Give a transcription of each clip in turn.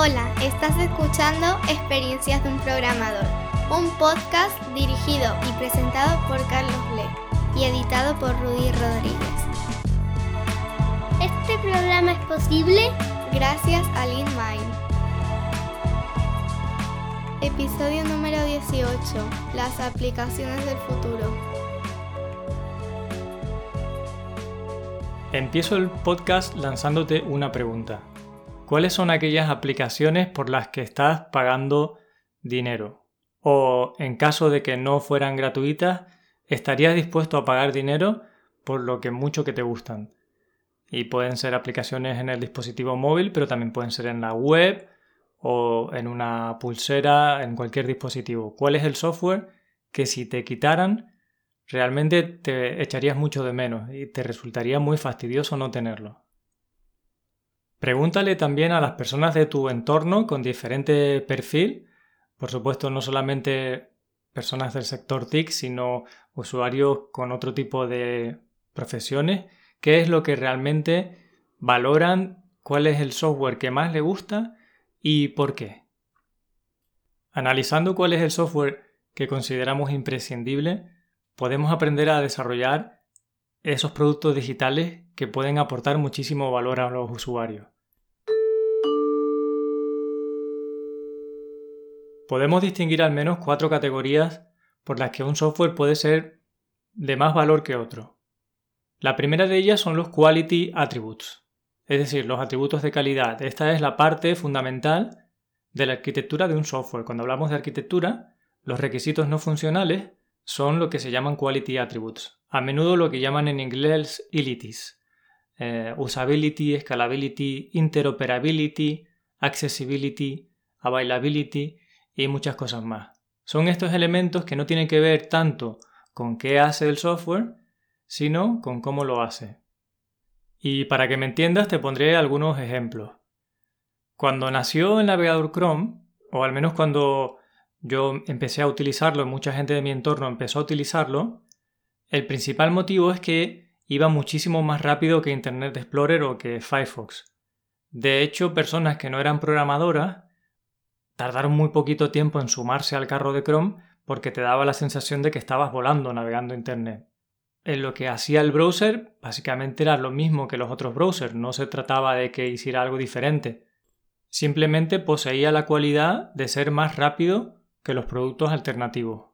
Hola, estás escuchando Experiencias de un Programador, un podcast dirigido y presentado por Carlos Bleck y editado por Rudy Rodríguez. Este programa es posible gracias a LeanMind. Episodio número 18. Las aplicaciones del futuro. Empiezo el podcast lanzándote una pregunta. ¿Cuáles son aquellas aplicaciones por las que estás pagando dinero? O, en caso de que no fueran gratuitas, ¿estarías dispuesto a pagar dinero por lo que mucho que te gustan? Y pueden ser aplicaciones en el dispositivo móvil, pero también pueden ser en la web o en una pulsera, en cualquier dispositivo. ¿Cuál es el software que si te quitaran realmente te echarías mucho de menos y te resultaría muy fastidioso no tenerlo? Pregúntale también a las personas de tu entorno con diferente perfil, por supuesto no solamente personas del sector TIC, sino usuarios con otro tipo de profesiones, qué es lo que realmente valoran, cuál es el software que más les gusta y por qué. Analizando cuál es el software que consideramos imprescindible, podemos aprender a desarrollar esos productos digitales que pueden aportar muchísimo valor a los usuarios. Podemos distinguir al menos 4 categorías por las que un software puede ser de más valor que otro. La primera de ellas son los Quality Attributes, es decir, los atributos de calidad. Esta es la parte fundamental de la arquitectura de un software. Cuando hablamos de arquitectura, los requisitos no funcionales son lo que se llaman Quality Attributes. A menudo lo que llaman en inglés utilities. Usability, Scalability, Interoperability, Accessibility, Availability y muchas cosas más. Son estos elementos que no tienen que ver tanto con qué hace el software, sino con cómo lo hace. Y para que me entiendas te pondré algunos ejemplos. Cuando nació el navegador Chrome, o al menos cuando yo empecé a utilizarlo y mucha gente de mi entorno empezó a utilizarlo, el principal motivo es que iba muchísimo más rápido que Internet Explorer o que Firefox. De hecho, personas que no eran programadoras tardaron muy poquito tiempo en sumarse al carro de Chrome porque te daba la sensación de que estabas volando navegando Internet. En lo que hacía el browser, básicamente era lo mismo que los otros browsers, no se trataba de que hiciera algo diferente. Simplemente poseía la cualidad de ser más rápido que los productos alternativos.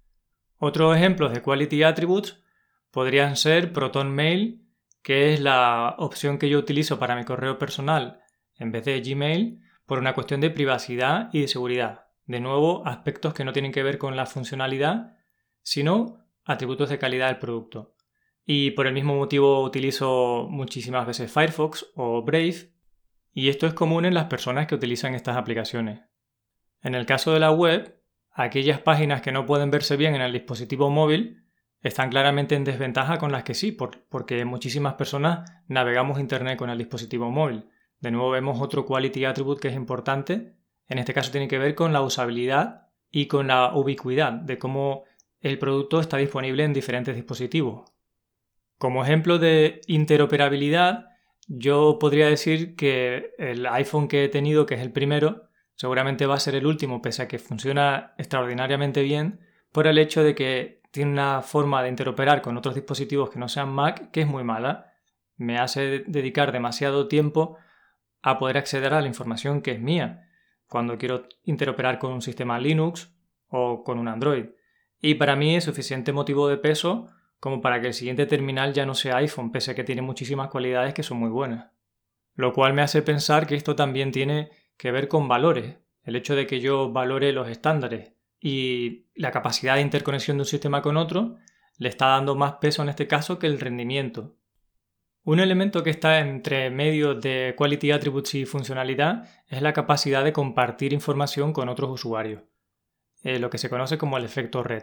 Otros ejemplos de Quality Attributes podrían ser ProtonMail, que es la opción que yo utilizo para mi correo personal en vez de Gmail, por una cuestión de privacidad y de seguridad. De nuevo, aspectos que no tienen que ver con la funcionalidad, sino atributos de calidad del producto. Y por el mismo motivo utilizo muchísimas veces Firefox o Brave, y esto es común en las personas que utilizan estas aplicaciones. En el caso de la web, aquellas páginas que no pueden verse bien en el dispositivo móvil están claramente en desventaja con las que sí, porque muchísimas personas navegamos Internet con el dispositivo móvil. De nuevo vemos otro Quality Attribute que es importante. En este caso tiene que ver con la usabilidad y con la ubicuidad de cómo el producto está disponible en diferentes dispositivos. Como ejemplo de interoperabilidad, yo podría decir que el iPhone que he tenido, que es el primero, seguramente va a ser el último, pese a que funciona extraordinariamente bien, por el hecho de que tiene una forma de interoperar con otros dispositivos que no sean Mac que es muy mala. Me hace dedicar demasiado tiempo a poder acceder a la información que es mía cuando quiero interoperar con un sistema Linux o con un Android. Y para mí es suficiente motivo de peso como para que el siguiente terminal ya no sea iPhone, pese a que tiene muchísimas cualidades que son muy buenas. Lo cual me hace pensar que esto también tiene que ver con valores. El hecho de que yo valore los estándares y la capacidad de interconexión de un sistema con otro le está dando más peso en este caso que el rendimiento. Un elemento que está entre medio de Quality Attributes y funcionalidad es la capacidad de compartir información con otros usuarios, lo que se conoce como el efecto red.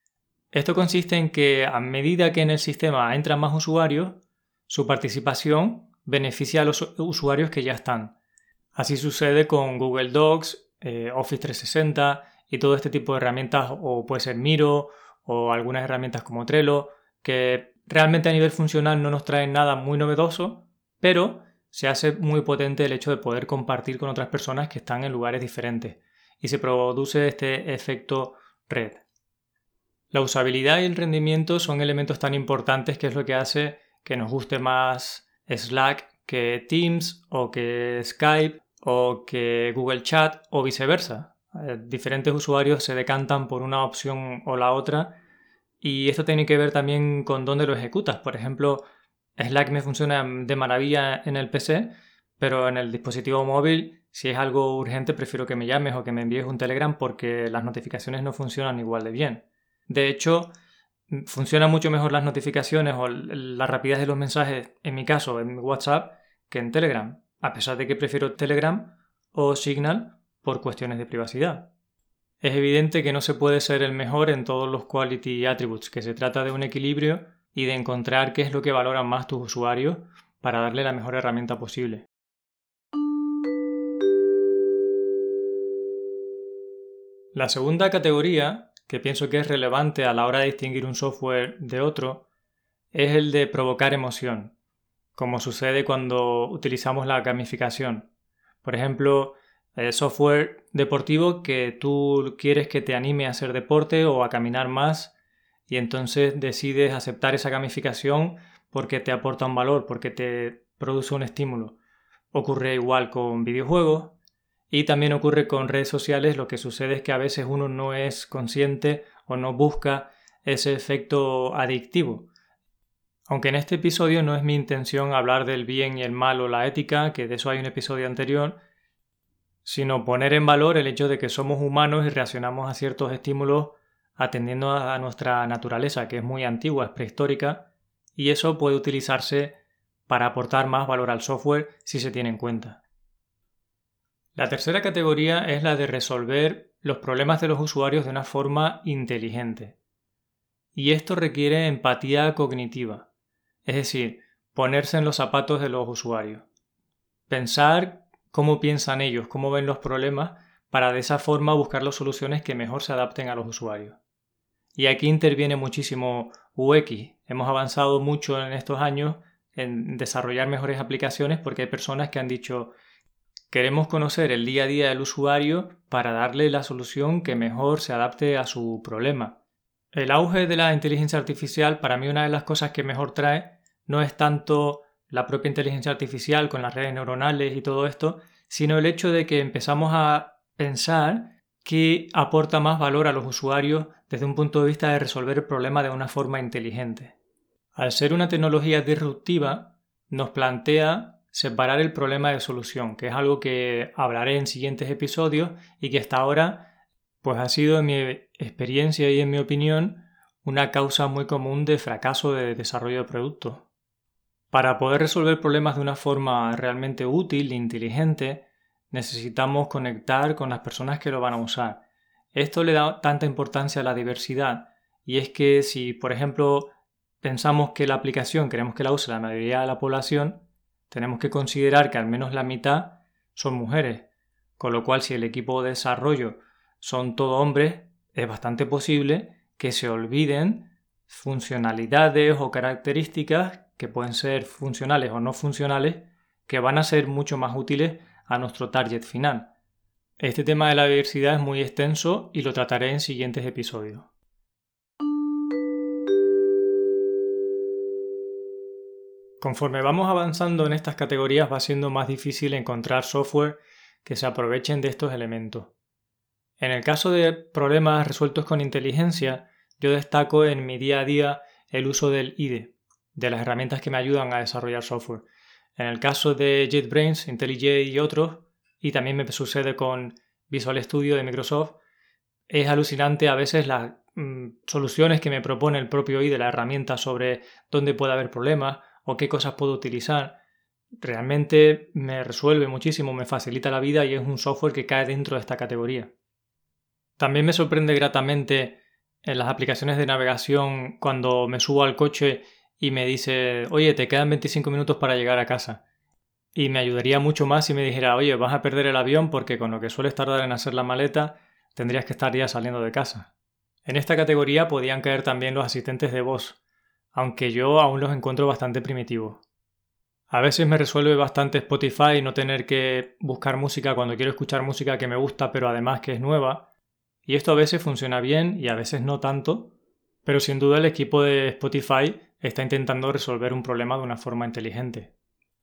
Esto consiste en que a medida que en el sistema entran más usuarios, su participación beneficia a los usuarios que ya están. Así sucede con Google Docs, Office 360 y todo este tipo de herramientas, o puede ser Miro o algunas herramientas como Trello, que realmente a nivel funcional no nos traen nada muy novedoso, pero se hace muy potente el hecho de poder compartir con otras personas que están en lugares diferentes y se produce este efecto red. La usabilidad y el rendimiento son elementos tan importantes que es lo que hace que nos guste más Slack que Teams o que Skype o que Google Chat o viceversa. Diferentes usuarios se decantan por una opción o la otra y esto tiene que ver también con dónde lo ejecutas. Por ejemplo, Slack me funciona de maravilla en el PC, pero en el dispositivo móvil, si es algo urgente, prefiero que me llames o que me envíes un Telegram porque las notificaciones no funcionan igual de bien. De hecho, funcionan mucho mejor las notificaciones o la rapidez de los mensajes, en mi caso, en WhatsApp, que en Telegram, a pesar de que prefiero Telegram o Signal por cuestiones de privacidad. Es evidente que no se puede ser el mejor en todos los quality attributes, que se trata de un equilibrio y de encontrar qué es lo que valoran más tus usuarios para darle la mejor herramienta posible. La segunda categoría, que pienso que es relevante a la hora de distinguir un software de otro, es el de provocar emoción, como sucede cuando utilizamos la gamificación. Por ejemplo, software deportivo que tú quieres que te anime a hacer deporte o a caminar más y entonces decides aceptar esa gamificación porque te aporta un valor, porque te produce un estímulo. Ocurre igual con videojuegos. Y también ocurre con redes sociales, lo que sucede es que a veces uno no es consciente o no busca ese efecto adictivo. Aunque en este episodio no es mi intención hablar del bien y el mal o la ética, que de eso hay un episodio anterior, sino poner en valor el hecho de que somos humanos y reaccionamos a ciertos estímulos atendiendo a nuestra naturaleza, que es muy antigua, es prehistórica, y eso puede utilizarse para aportar más valor al software si se tiene en cuenta. La tercera categoría es la de resolver los problemas de los usuarios de una forma inteligente. Y esto requiere empatía cognitiva, es decir, ponerse en los zapatos de los usuarios. Pensar cómo piensan ellos, cómo ven los problemas, para de esa forma buscar las soluciones que mejor se adapten a los usuarios. Y aquí interviene muchísimo UX. Hemos avanzado mucho en estos años en desarrollar mejores aplicaciones porque hay personas que han dicho: queremos conocer el día a día del usuario para darle la solución que mejor se adapte a su problema. El auge de la inteligencia artificial, para mí una de las cosas que mejor trae no es tanto la propia inteligencia artificial con las redes neuronales y todo esto, sino el hecho de que empezamos a pensar que aporta más valor a los usuarios desde un punto de vista de resolver el problema de una forma inteligente. Al ser una tecnología disruptiva, nos plantea separar el problema de solución, que es algo que hablaré en siguientes episodios y que hasta ahora pues ha sido, en mi experiencia y en mi opinión, una causa muy común de fracaso de desarrollo de productos. Para poder resolver problemas de una forma realmente útil e inteligente, necesitamos conectar con las personas que lo van a usar. Esto le da tanta importancia a la diversidad, y es que si, por ejemplo, pensamos que la aplicación queremos que la use la mayoría de la población, tenemos que considerar que al menos la mitad son mujeres, con lo cual si el equipo de desarrollo son todo hombres, es bastante posible que se olviden funcionalidades o características que pueden ser funcionales o no funcionales, que van a ser mucho más útiles a nuestro target final. Este tema de la diversidad es muy extenso y lo trataré en siguientes episodios. Conforme vamos avanzando en estas categorías va siendo más difícil encontrar software que se aprovechen de estos elementos. En el caso de problemas resueltos con inteligencia, yo destaco en mi día a día el uso del IDE, de las herramientas que me ayudan a desarrollar software. En el caso de JetBrains, IntelliJ y otros, y también me sucede con Visual Studio de Microsoft, es alucinante a veces las soluciones que me propone el propio IDE, la herramienta, sobre dónde puede haber problemas o qué cosas puedo utilizar. Realmente me resuelve muchísimo, me facilita la vida y es un software que cae dentro de esta categoría. También me sorprende gratamente en las aplicaciones de navegación cuando me subo al coche y me dice: oye, te quedan 25 minutos para llegar a casa. Y me ayudaría mucho más si me dijera: oye, vas a perder el avión porque con lo que sueles tardar en hacer la maleta tendrías que estar ya saliendo de casa. En esta categoría podían caer también los asistentes de voz, aunque yo aún los encuentro bastante primitivos. A veces me resuelve bastante Spotify no tener que buscar música cuando quiero escuchar música que me gusta pero además que es nueva. Y esto a veces funciona bien y a veces no tanto, pero sin duda el equipo de Spotify está intentando resolver un problema de una forma inteligente.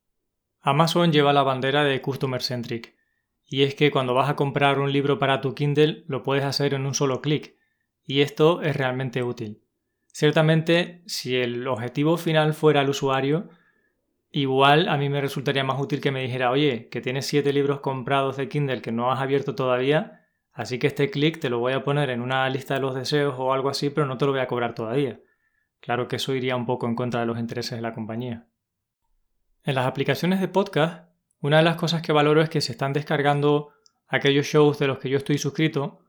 Amazon lleva la bandera de Customer Centric, y es que cuando vas a comprar un libro para tu Kindle lo puedes hacer en un solo clic, y esto es realmente útil. Ciertamente, si el objetivo final fuera el usuario, igual a mí me resultaría más útil que me dijera, oye, que tienes 7 libros comprados de Kindle que no has abierto todavía, así que este clic te lo voy a poner en una lista de los deseos o algo así, pero no te lo voy a cobrar todavía. Claro que eso iría un poco en contra de los intereses de la compañía. En las aplicaciones de podcast, una de las cosas que valoro es que se están descargando aquellos shows de los que yo estoy suscrito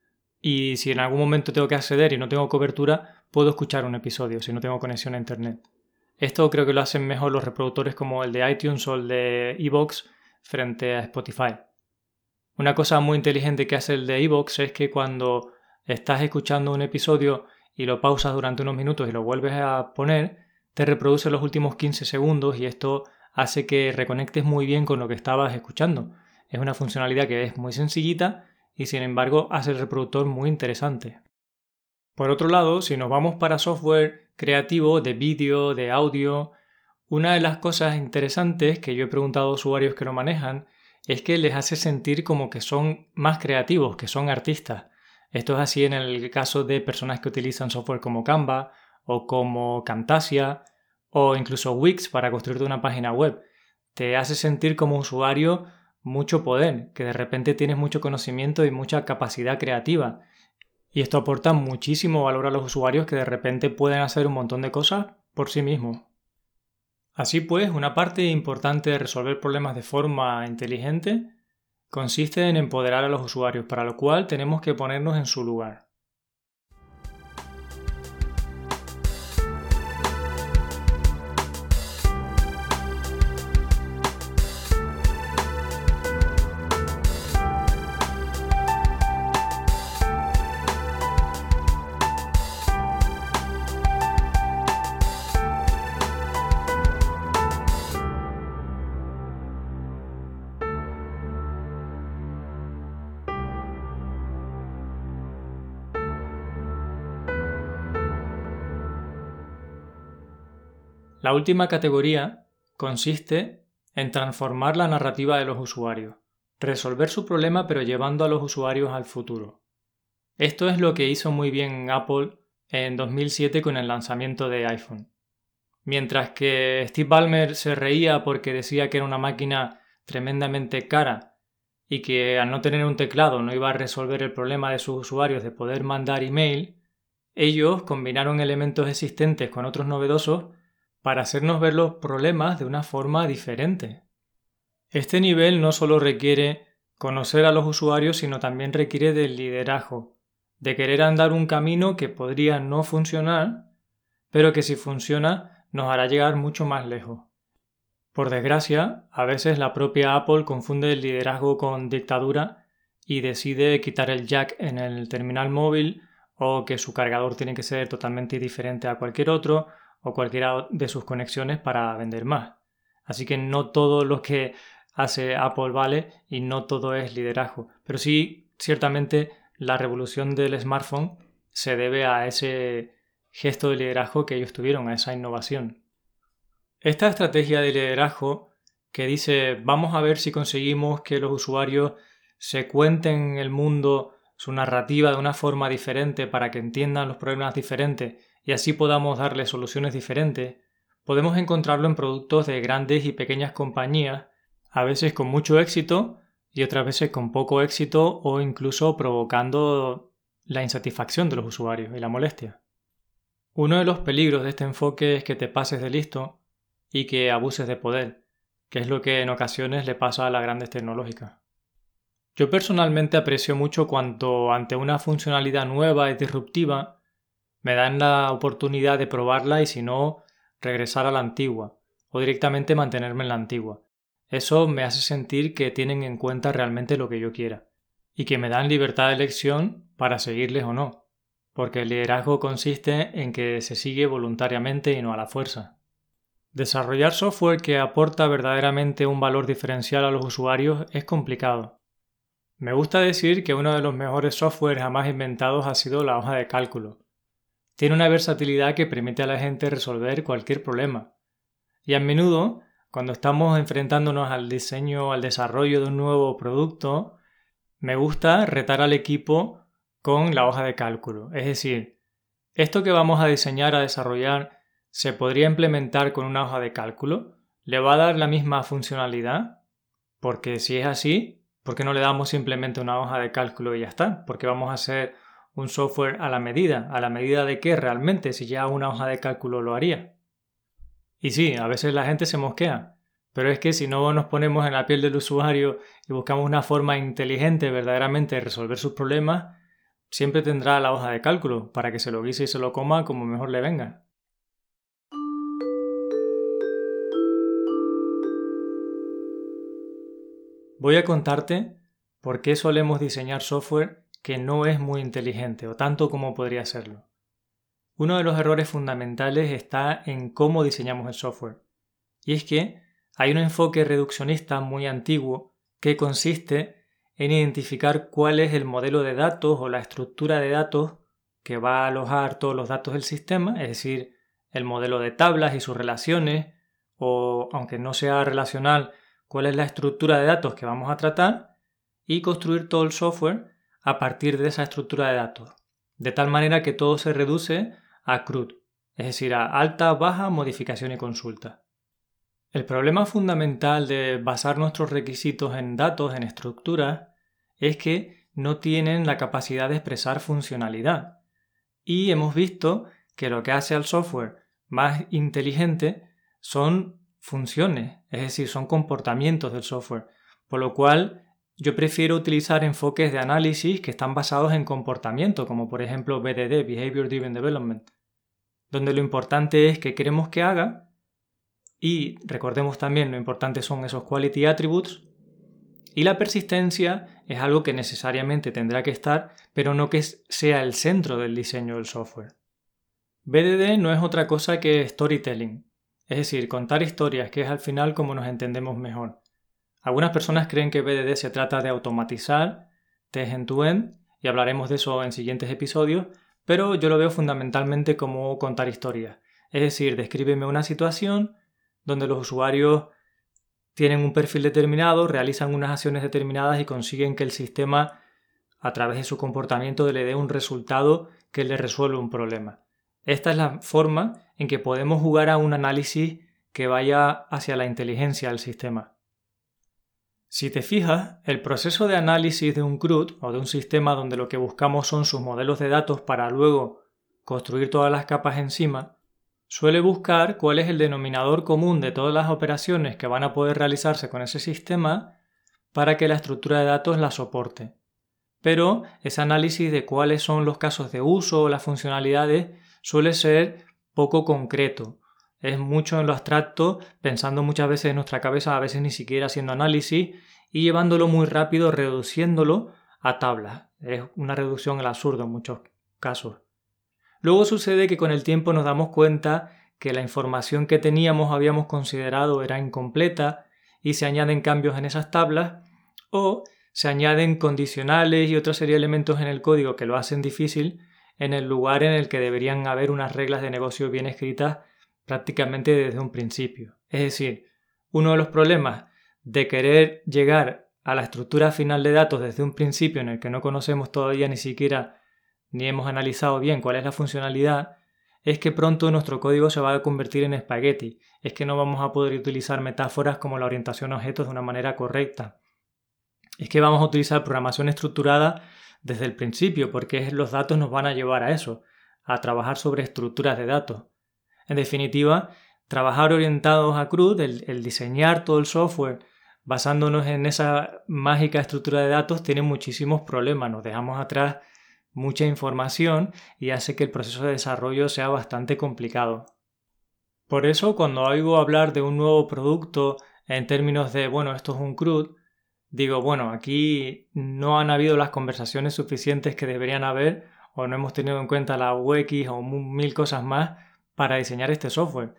y si en algún momento tengo que acceder y no tengo cobertura, puedo escuchar un episodio si no tengo conexión a internet. Esto creo que lo hacen mejor los reproductores como el de iTunes o el de iVoox frente a Spotify. Una cosa muy inteligente que hace el de iVoox es que cuando estás escuchando un episodio y lo pausas durante unos minutos y lo vuelves a poner, te reproduce los últimos 15 segundos y esto hace que reconectes muy bien con lo que estabas escuchando. Es una funcionalidad que es muy sencillita y sin embargo hace el reproductor muy interesante. Por otro lado, si nos vamos para software creativo de vídeo, de audio, una de las cosas interesantes que yo he preguntado a usuarios que lo manejan es que les hace sentir como que son más creativos, que son artistas. Esto es así en el caso de personas que utilizan software como Canva o como Camtasia o incluso Wix para construirte una página web. Te hace sentir como usuario mucho poder, que de repente tienes mucho conocimiento y mucha capacidad creativa. Y esto aporta muchísimo valor a los usuarios que de repente pueden hacer un montón de cosas por sí mismos. Así pues, una parte importante de resolver problemas de forma inteligente consiste en empoderar a los usuarios, para lo cual tenemos que ponernos en su lugar. La última categoría consiste en transformar la narrativa de los usuarios, resolver su problema pero llevando a los usuarios al futuro. Esto es lo que hizo muy bien Apple en 2007 con el lanzamiento de iPhone. Mientras que Steve Ballmer se reía porque decía que era una máquina tremendamente cara y que al no tener un teclado no iba a resolver el problema de sus usuarios de poder mandar email, ellos combinaron elementos existentes con otros novedosos para hacernos ver los problemas de una forma diferente. Este nivel no solo requiere conocer a los usuarios, sino también requiere del liderazgo, de querer andar un camino que podría no funcionar, pero que si funciona nos hará llegar mucho más lejos. Por desgracia, a veces la propia Apple confunde el liderazgo con dictadura y decide quitar el jack en el terminal móvil o que su cargador tiene que ser totalmente diferente a cualquier otro o cualquiera de sus conexiones para vender más. Así que no todo lo que hace Apple vale y no todo es liderazgo. Pero sí, ciertamente, la revolución del smartphone se debe a ese gesto de liderazgo que ellos tuvieron, a esa innovación. Esta estrategia de liderazgo que dice vamos a ver si conseguimos que los usuarios se cuenten el mundo, su narrativa de una forma diferente para que entiendan los problemas diferentes y así podamos darle soluciones diferentes, podemos encontrarlo en productos de grandes y pequeñas compañías, a veces con mucho éxito y otras veces con poco éxito o incluso provocando la insatisfacción de los usuarios y la molestia. Uno de los peligros de este enfoque es que te pases de listo y que abuses de poder, que es lo que en ocasiones le pasa a las grandes tecnológicas. Yo personalmente aprecio mucho cuando ante una funcionalidad nueva y disruptiva me dan la oportunidad de probarla y si no, regresar a la antigua o directamente mantenerme en la antigua. Eso me hace sentir que tienen en cuenta realmente lo que yo quiera y que me dan libertad de elección para seguirles o no, porque el liderazgo consiste en que se sigue voluntariamente y no a la fuerza. Desarrollar software que aporta verdaderamente un valor diferencial a los usuarios es complicado. Me gusta decir que uno de los mejores softwares jamás inventados ha sido la hoja de cálculo. Tiene una versatilidad que permite a la gente resolver cualquier problema. Y a menudo, cuando estamos enfrentándonos al diseño o al desarrollo de un nuevo producto, me gusta retar al equipo con la hoja de cálculo. Es decir, esto que vamos a diseñar, a desarrollar, ¿se podría implementar con una hoja de cálculo? ¿Le va a dar la misma funcionalidad? Porque si es así, ¿por qué no le damos simplemente una hoja de cálculo y ya está? Porque vamos a hacer un software a la medida de qué realmente, si ya una hoja de cálculo lo haría. Y sí, a veces la gente se mosquea, pero es que si no nos ponemos en la piel del usuario y buscamos una forma inteligente verdaderamente de resolver sus problemas, siempre tendrá la hoja de cálculo para que se lo guise y se lo coma como mejor le venga. Voy a contarte por qué solemos diseñar software que no es muy inteligente o tanto como podría serlo. Uno de los errores fundamentales está en cómo diseñamos el software. Y es que hay un enfoque reduccionista muy antiguo que consiste en identificar cuál es el modelo de datos o la estructura de datos que va a alojar todos los datos del sistema, es decir, el modelo de tablas y sus relaciones, o aunque no sea relacional, cuál es la estructura de datos que vamos a tratar, y construir todo el software a partir de esa estructura de datos, de tal manera que todo se reduce a CRUD, es decir, a alta, baja, modificación y consulta. El problema fundamental de basar nuestros requisitos en datos, en estructuras, es que no tienen la capacidad de expresar funcionalidad. Y hemos visto que lo que hace al software más inteligente son funciones, es decir, son comportamientos del software, por lo cual yo prefiero utilizar enfoques de análisis que están basados en comportamiento, como por ejemplo BDD, Behavior Driven Development, donde lo importante es qué queremos que haga y recordemos también lo importante son esos Quality Attributes y la persistencia es algo que necesariamente tendrá que estar, pero no que sea el centro del diseño del software. BDD no es otra cosa que storytelling, es decir, contar historias, que es al final como nos entendemos mejor. Algunas personas creen que BDD se trata de automatizar test end-to-end y hablaremos de eso en siguientes episodios, pero yo lo veo fundamentalmente como contar historias. Es decir, descríbeme una situación donde los usuarios tienen un perfil determinado, realizan unas acciones determinadas y consiguen que el sistema, a través de su comportamiento, le dé un resultado que le resuelve un problema. Esta es la forma en que podemos jugar a un análisis que vaya hacia la inteligencia del sistema. Si te fijas, el proceso de análisis de un CRUD o de un sistema donde lo que buscamos son sus modelos de datos para luego construir todas las capas encima, suele buscar cuál es el denominador común de todas las operaciones que van a poder realizarse con ese sistema para que la estructura de datos la soporte. Pero ese análisis de cuáles son los casos de uso o las funcionalidades suele ser poco concreto. Es mucho en lo abstracto, pensando muchas veces en nuestra cabeza, a veces ni siquiera haciendo análisis y llevándolo muy rápido, reduciéndolo a tablas. Es una reducción al absurdo en muchos casos. Luego sucede que con el tiempo nos damos cuenta que la información que habíamos considerado era incompleta y se añaden cambios en esas tablas o se añaden condicionales y otra serie de elementos en el código que lo hacen difícil en el lugar en el que deberían haber unas reglas de negocio bien escritas prácticamente desde un principio. Es decir, uno de los problemas de querer llegar a la estructura final de datos desde un principio en el que no conocemos todavía ni siquiera ni hemos analizado bien cuál es la funcionalidad, es que pronto nuestro código se va a convertir en espagueti. Es que no vamos a poder utilizar metáforas como la orientación a objetos de una manera correcta. Es que vamos a utilizar programación estructurada desde el principio, porque los datos nos van a llevar a eso, a trabajar sobre estructuras de datos. En definitiva, trabajar orientados a CRUD, el diseñar todo el software basándonos en esa mágica estructura de datos, tiene muchísimos problemas. Nos dejamos atrás mucha información y hace que el proceso de desarrollo sea bastante complicado. Por eso, cuando oigo hablar de un nuevo producto en términos de, esto es un CRUD, digo, aquí no han habido las conversaciones suficientes que deberían haber o no hemos tenido en cuenta la UX o 1000 cosas más para diseñar este software.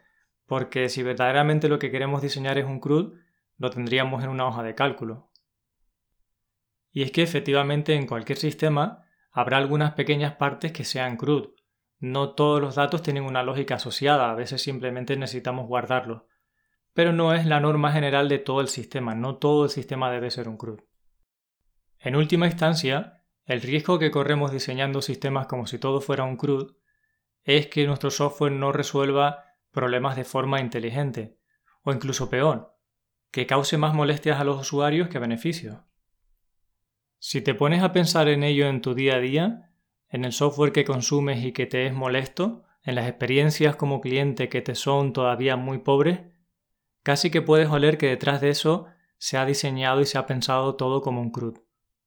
porque si verdaderamente lo que queremos diseñar es un CRUD, lo tendríamos en una hoja de cálculo. Y es que efectivamente en cualquier sistema habrá algunas pequeñas partes que sean CRUD. No todos los datos tienen una lógica asociada, a veces simplemente necesitamos guardarlos. Pero no es la norma general de todo el sistema, no todo el sistema debe ser un CRUD. En última instancia, el riesgo que corremos diseñando sistemas como si todo fuera un CRUD es que nuestro software no resuelva problemas de forma inteligente, o incluso peor, que cause más molestias a los usuarios que beneficios. Si te pones a pensar en ello en tu día a día, en el software que consumes y que te es molesto, en las experiencias como cliente que te son todavía muy pobres, casi que puedes oler que detrás de eso se ha diseñado y se ha pensado todo como un CRUD.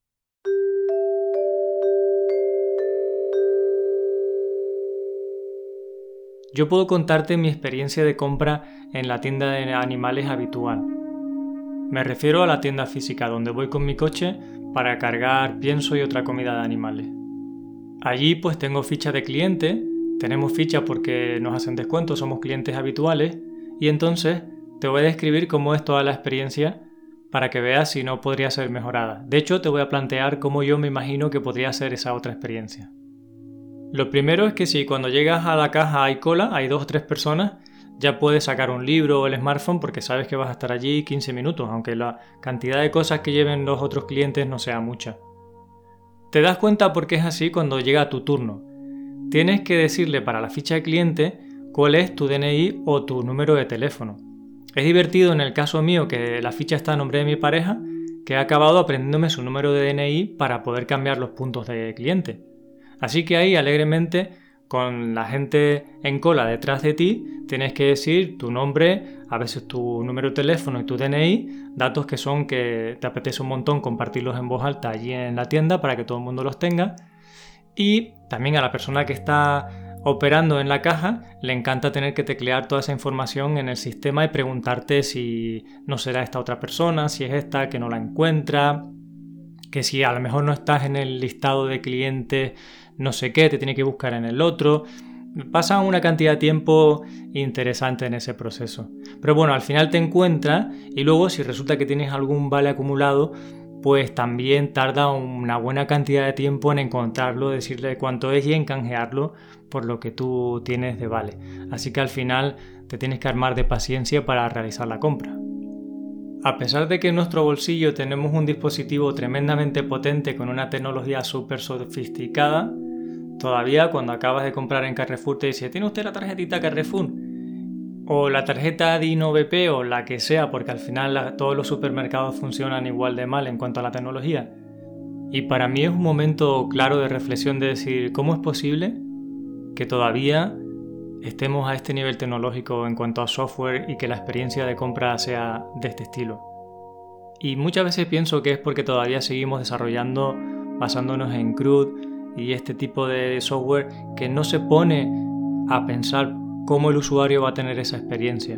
Yo puedo contarte mi experiencia de compra en la tienda de animales habitual. Me refiero a la tienda física donde voy con mi coche para cargar pienso y otra comida de animales. Allí pues tengo ficha de cliente, tenemos ficha porque nos hacen descuento, somos clientes habituales y entonces te voy a describir cómo es toda la experiencia para que veas si no podría ser mejorada. De hecho te voy a plantear cómo yo me imagino que podría ser esa otra experiencia. Lo primero es que si cuando llegas a la caja hay cola, hay 2 o 3 personas, ya puedes sacar un libro o el smartphone porque sabes que vas a estar allí 15 minutos, aunque la cantidad de cosas que lleven los otros clientes no sea mucha. Te das cuenta porque es así cuando llega tu turno. Tienes que decirle para la ficha de cliente cuál es tu DNI o tu número de teléfono. Es divertido en el caso mío que la ficha está a nombre de mi pareja, que ha acabado aprendiéndome su número de DNI para poder cambiar los puntos de cliente. Así que ahí alegremente, con la gente en cola detrás de ti, tienes que decir tu nombre, a veces tu número de teléfono y tu DNI, datos que son que te apetece un montón compartirlos en voz alta allí en la tienda para que todo el mundo los tenga. Y también a la persona que está operando en la caja le encanta tener que teclear toda esa información en el sistema y preguntarte si no será esta otra persona, si es esta que no la encuentra, que si a lo mejor no estás en el listado de clientes no sé qué, te tiene que buscar en el otro. Pasa una cantidad de tiempo interesante en ese proceso. Pero bueno, al final te encuentras y luego si resulta que tienes algún vale acumulado, pues también tarda una buena cantidad de tiempo en encontrarlo, decirle cuánto es y en canjearlo por lo que tú tienes de vale. Así que al final te tienes que armar de paciencia para realizar la compra. A pesar de que en nuestro bolsillo tenemos un dispositivo tremendamente potente con una tecnología súper sofisticada, todavía cuando acabas de comprar en Carrefour te dice ¿tiene usted la tarjetita Carrefour? O la tarjeta Dino BP o la que sea, porque al final todos los supermercados funcionan igual de mal en cuanto a la tecnología. Y para mí es un momento claro de reflexión de decir ¿cómo es posible que todavía estemos a este nivel tecnológico en cuanto a software y que la experiencia de compra sea de este estilo? Y muchas veces pienso que es porque todavía seguimos desarrollando basándonos en CRUD y este tipo de software que no se pone a pensar cómo el usuario va a tener esa experiencia.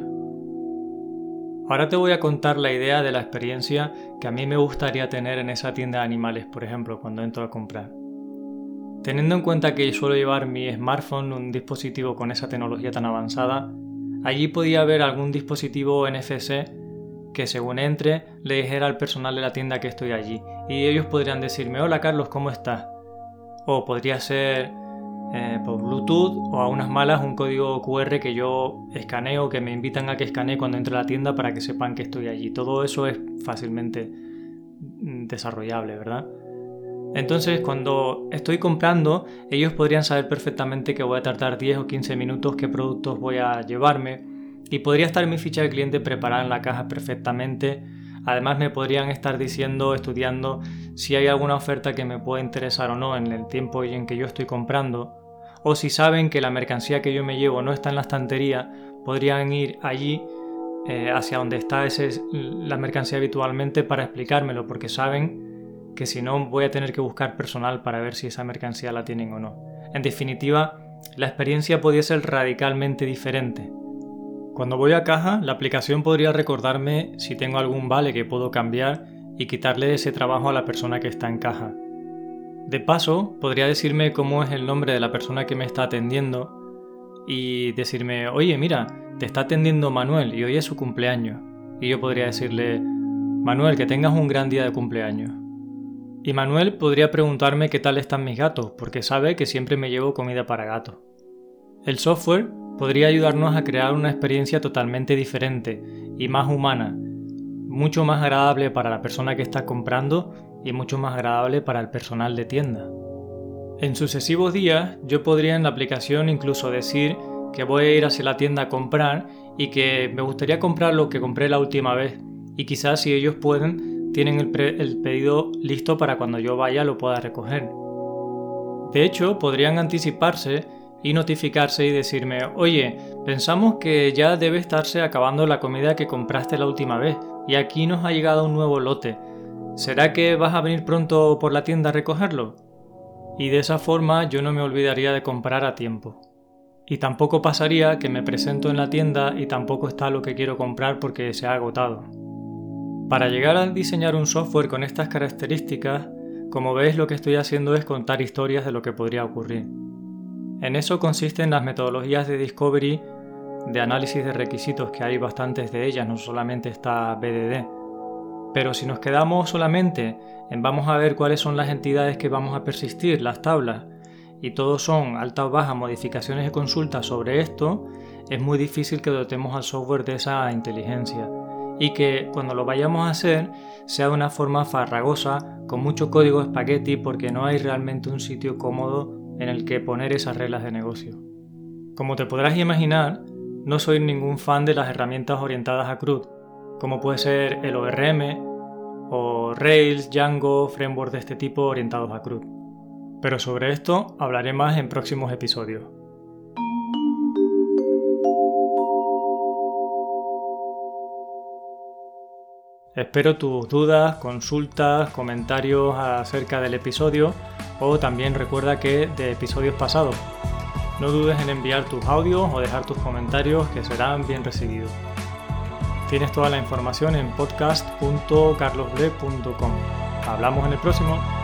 Ahora te voy a contar la idea de la experiencia que a mí me gustaría tener en esa tienda de animales, por ejemplo, cuando entro a comprar. Teniendo en cuenta que suelo llevar mi smartphone, un dispositivo con esa tecnología tan avanzada, allí podía haber algún dispositivo NFC que según entre le dijera al personal de la tienda que estoy allí y ellos podrían decirme hola Carlos, ¿cómo estás? O podría ser por Bluetooth o a unas malas un código QR que yo escaneo, que me invitan a que escanee cuando entre a la tienda para que sepan que estoy allí. Todo eso es fácilmente desarrollable, ¿verdad? Entonces cuando estoy comprando, ellos podrían saber perfectamente que voy a tardar 10 o 15 minutos, qué productos voy a llevarme y podría estar mi ficha de cliente preparada en la caja perfectamente. Además me podrían estar diciendo, estudiando si hay alguna oferta que me pueda interesar o no en el tiempo en que yo estoy comprando. O si saben que la mercancía que yo me llevo no está en la estantería, podrían ir allí hacia donde está la mercancía habitualmente para explicármelo, porque saben que si no voy a tener que buscar personal para ver si esa mercancía la tienen o no. En definitiva, la experiencia podría ser radicalmente diferente. Cuando voy a caja, la aplicación podría recordarme si tengo algún vale que puedo cambiar y quitarle ese trabajo a la persona que está en caja. De paso, podría decirme cómo es el nombre de la persona que me está atendiendo y decirme, oye, mira, te está atendiendo Manuel y hoy es su cumpleaños. Y yo podría decirle, Manuel, que tengas un gran día de cumpleaños. Y Manuel podría preguntarme qué tal están mis gatos, porque sabe que siempre me llevo comida para gatos. El software podría ayudarnos a crear una experiencia totalmente diferente y más humana, mucho más agradable para la persona que está comprando y mucho más agradable para el personal de tienda. En sucesivos días, yo podría en la aplicación incluso decir que voy a ir hacia la tienda a comprar y que me gustaría comprar lo que compré la última vez, y quizás si ellos pueden, tienen el pedido listo para cuando yo vaya lo pueda recoger. De hecho, podrían anticiparse y notificarse y decirme, oye, pensamos que ya debe estarse acabando la comida que compraste la última vez y aquí nos ha llegado un nuevo lote. ¿Será que vas a venir pronto por la tienda a recogerlo? Y de esa forma yo no me olvidaría de comprar a tiempo. Y tampoco pasaría que me presento en la tienda y tampoco está lo que quiero comprar porque se ha agotado. Para llegar a diseñar un software con estas características, como veis lo que estoy haciendo es contar historias de lo que podría ocurrir. En eso consisten las metodologías de Discovery, de análisis de requisitos, que hay bastantes de ellas, no solamente está BDD. Pero si nos quedamos solamente en vamos a ver cuáles son las entidades que vamos a persistir, las tablas, y todos son altas, bajas, modificaciones y consultas sobre esto, es muy difícil que dotemos al software de esa inteligencia y que cuando lo vayamos a hacer sea de una forma farragosa, con mucho código espagueti, porque no hay realmente un sitio cómodo en el que poner esas reglas de negocio. Como te podrás imaginar, no soy ningún fan de las herramientas orientadas a CRUD, como puede ser el ORM o Rails, Django, frameworks de este tipo orientados a CRUD. Pero sobre esto hablaré más en próximos episodios. Espero tus dudas, consultas, comentarios acerca del episodio, o también recuerda que de episodios pasados. No dudes en enviar tus audios o dejar tus comentarios, que serán bien recibidos. Tienes toda la información en podcast.carlosble.com. Hablamos en el próximo.